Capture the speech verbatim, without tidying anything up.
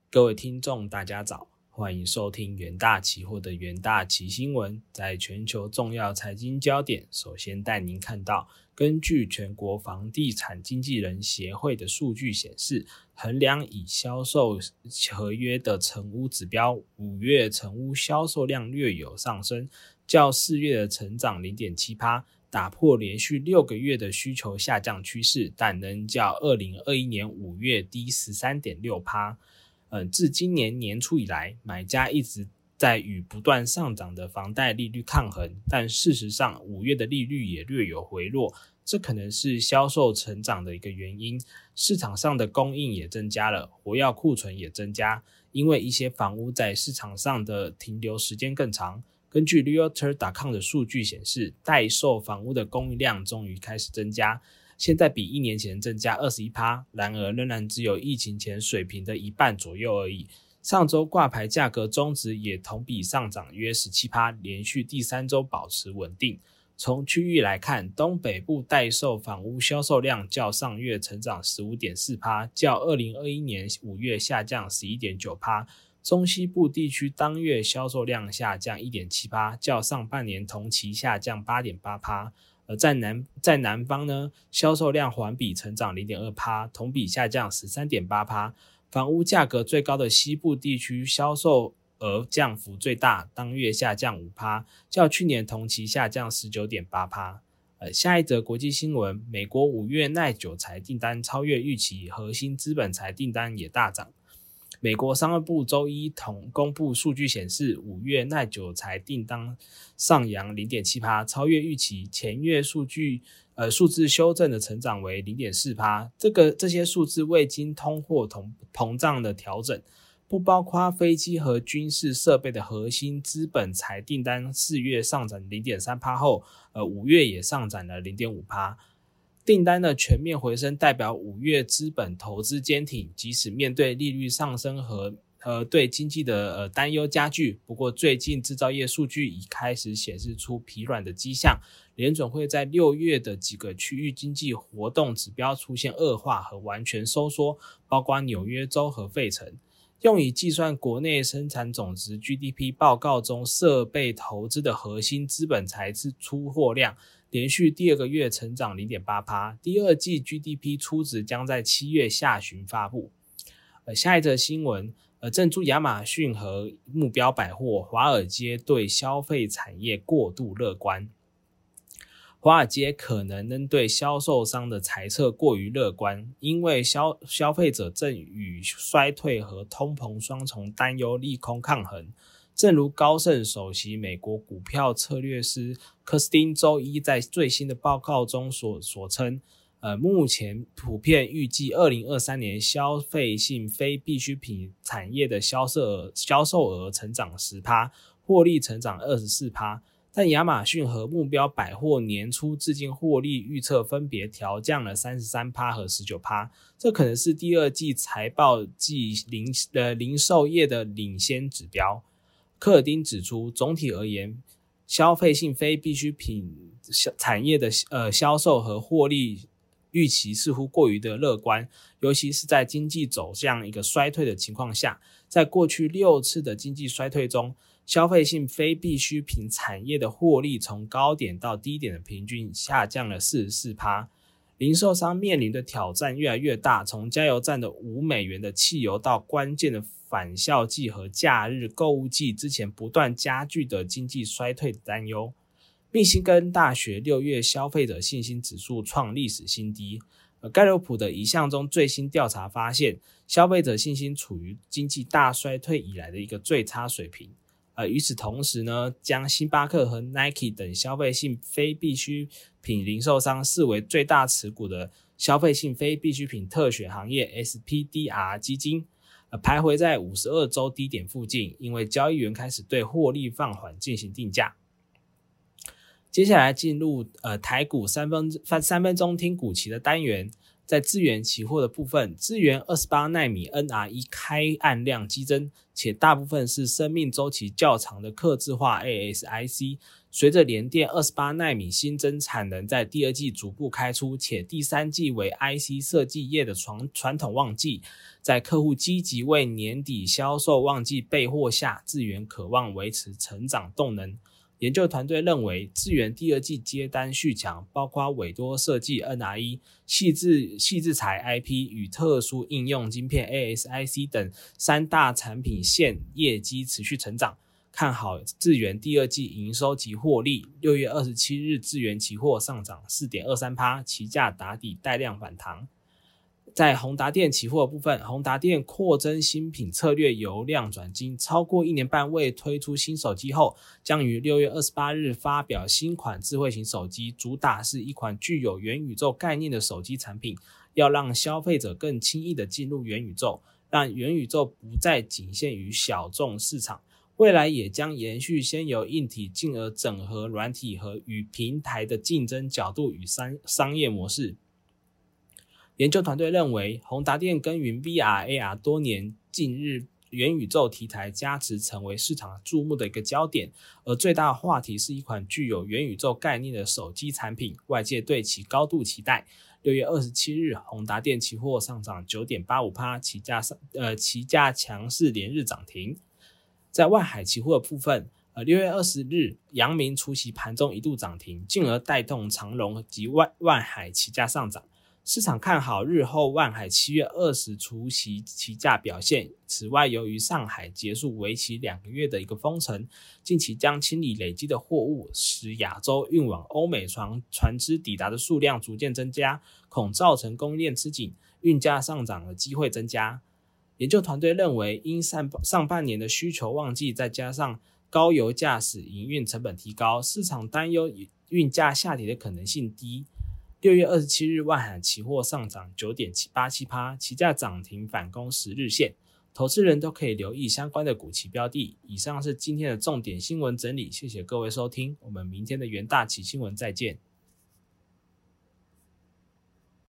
各位听众大家早，欢迎收听元大期货的元大期新闻。在全球重要财经焦点，首先带您看到，根据全国房地产经纪人协会的数据显示，衡量已销售合约的成屋指标，五月成屋销售量略有上升，较四月的成长 百分之零点七， 打破连续六个月的需求下降趋势，但仍较二零二一年五月低 百分之十三点六。嗯，自今年年初以来，买家一直在与不断上涨的房贷利率抗衡，但事实上五月的利率也略有回落，这可能是销售成长的一个原因。市场上的供应也增加了，活跃库存也增加，因为一些房屋在市场上的停留时间更长。根据 Realtor 点 com 的数据显示，待售房屋的供应量终于开始增加，现在比一年前增加 百分之二十一， 然而仍然只有疫情前水平的一半左右而已。上周挂牌价格中值也同比上涨约 百分之十七， 连续第三周保持稳定。从区域来看，东北部待售房屋销售量较上月成长 百分之十五点四， 较二零二一年五月下降 百分之十一点九， 中西部地区当月销售量下降 百分之一点七， 较上半年同期下降 百分之八点八。而在南在南方呢，销售量环比成长 百分之零点二， 同比下降 百分之十三点八。房屋价格最高的西部地区销售额降幅最大，当月下降 百分之五， 较去年同期下降 百分之十九点八。呃，下一则国际新闻，美国五月耐久材订单超越预期，核心资本财订单也大涨。美国商务部周一同公布数据显示，五月耐久材订单上扬 百分之零点七， 超越预期，前月数据呃数字修正的成长为 百分之零点四， 这个这些数字未经通货膨胀的调整，不包括飞机和军事设备的核心资本财订单四月上涨 零点三 后，呃五月也上涨了 百分之零点五。订单的全面回升代表五月资本投资坚挺，即使面对利率上升和和对经济的呃担忧加剧，不过最近制造业数据已开始显示出疲软的迹象，联准会在六月的几个区域经济活动指标出现恶化和完全收缩，包括纽约州和费城。用以计算国内生产总值 G D P 报告中设备投资的核心资本财出货量连续第二个月成长 百分之零点八， 第二季 G D P 初值将在七月下旬发布。呃，下一则新闻，呃，正如亚马逊和目标百货，华尔街对消费产业过度乐观。华尔街可能能对销售商的财测过于乐观，因为 消, 消费者正与衰退和通膨双重担忧利空抗衡。正如高盛首席美国股票策略师科斯汀周一在最新的报告中 所, 所称，呃，目前普遍预计二零二三年消费性非必需品产业的销售额, 销售额成长 百分之十， 获利成长 百分之二十四，但亚马逊和目标百货年初至今获利预测分别调降了 百分之三十三 和 百分之十九， 这可能是第二季财报季 零, 呃、零售业的领先指标。科尔丁指出，总体而言，消费性非必需品产业的、呃、销售和获利预期似乎过于的乐观，尤其是在经济走向一个衰退的情况下。在过去六次的经济衰退中，消费性非必需品产业的获利从高点到低点的平均下降了 百分之四十四， 零售商面临的挑战越来越大，从加油站的五美元的汽油到关键的返校季和假日购物季之前不断加剧的经济衰退的担忧。密西根大学六月消费者信心指数创历史新低，而盖洛普的一项中最新调查发现，消费者信心处于经济大衰退以来的一个最差水平。呃，与此同时呢，将星巴克和 Nike 等消费性非必需品零售商视为最大持股的消费性非必需品特选行业 S P D R 基金，呃，徘徊在五十二周低点附近，因为交易员开始对获利放缓进行定价。接下来进入呃台股三分三分钟听股期的单元。 在智原期货的部分，智原二十八奈米 N R 一 开案量激增，且大部分是生命周期较长的客制化 A S I C。随着联电二十八奈米新增产能在第二季逐步开出，且第三季为 I C 设计业的传传统旺季，在客户积极为年底销售旺季备货下，智原渴望维持成长动能。研究团队认为，智原第二季接单续强，包括委托设计 N R 一、细制细制材 I P 与特殊应用晶片 A S I C 等三大产品线业绩持续成长，看好智原第二季营收及获利。六月二十七日，智原期货上涨 百分之四点二三， 期价打底带量反弹。在宏达电期货的部分，宏达电扩增新品策略由量转精，超过一年半未推出新手机后，将于六月二十八日发表新款智慧型手机，主打是一款具有元宇宙概念的手机产品，要让消费者更轻易地进入元宇宙，让元宇宙不再仅限于小众市场，未来也将延续先由硬体进而整合软体和与平台的竞争角度与商商业模式。研究团队认为，宏达电耕耘 V R、A R 多年，近日元宇宙题材加持成为市场注目的一个焦点，而最大的话题是一款具有元宇宙概念的手机产品，外界对其高度期待。六月二十七日，宏达电期货上涨 九点八五， 期价上呃期价强势连日涨停。在外海期货的部分，呃六月二十日，阳明除息盘中一度涨停，进而带动长荣及万万海期价上涨。市场看好日后万海七月二十除息期价表现。此外，由于上海结束为期两个月的一个封城，近期将清理累积的货物，使亚洲运往欧美船船只抵达的数量逐渐增加，恐造成供应链吃紧，运价上涨的机会增加。研究团队认为，因上上半年的需求旺季，再加上高油价使营运成本提高，市场担忧运价下跌的可能性低。六月二十七日，万海期货上涨 九点八七， 期价涨停反攻十日线，投资人都可以留意相关的股期标的。以上是今天的重点新闻整理，谢谢各位收听，我们明天的元大期新闻再见。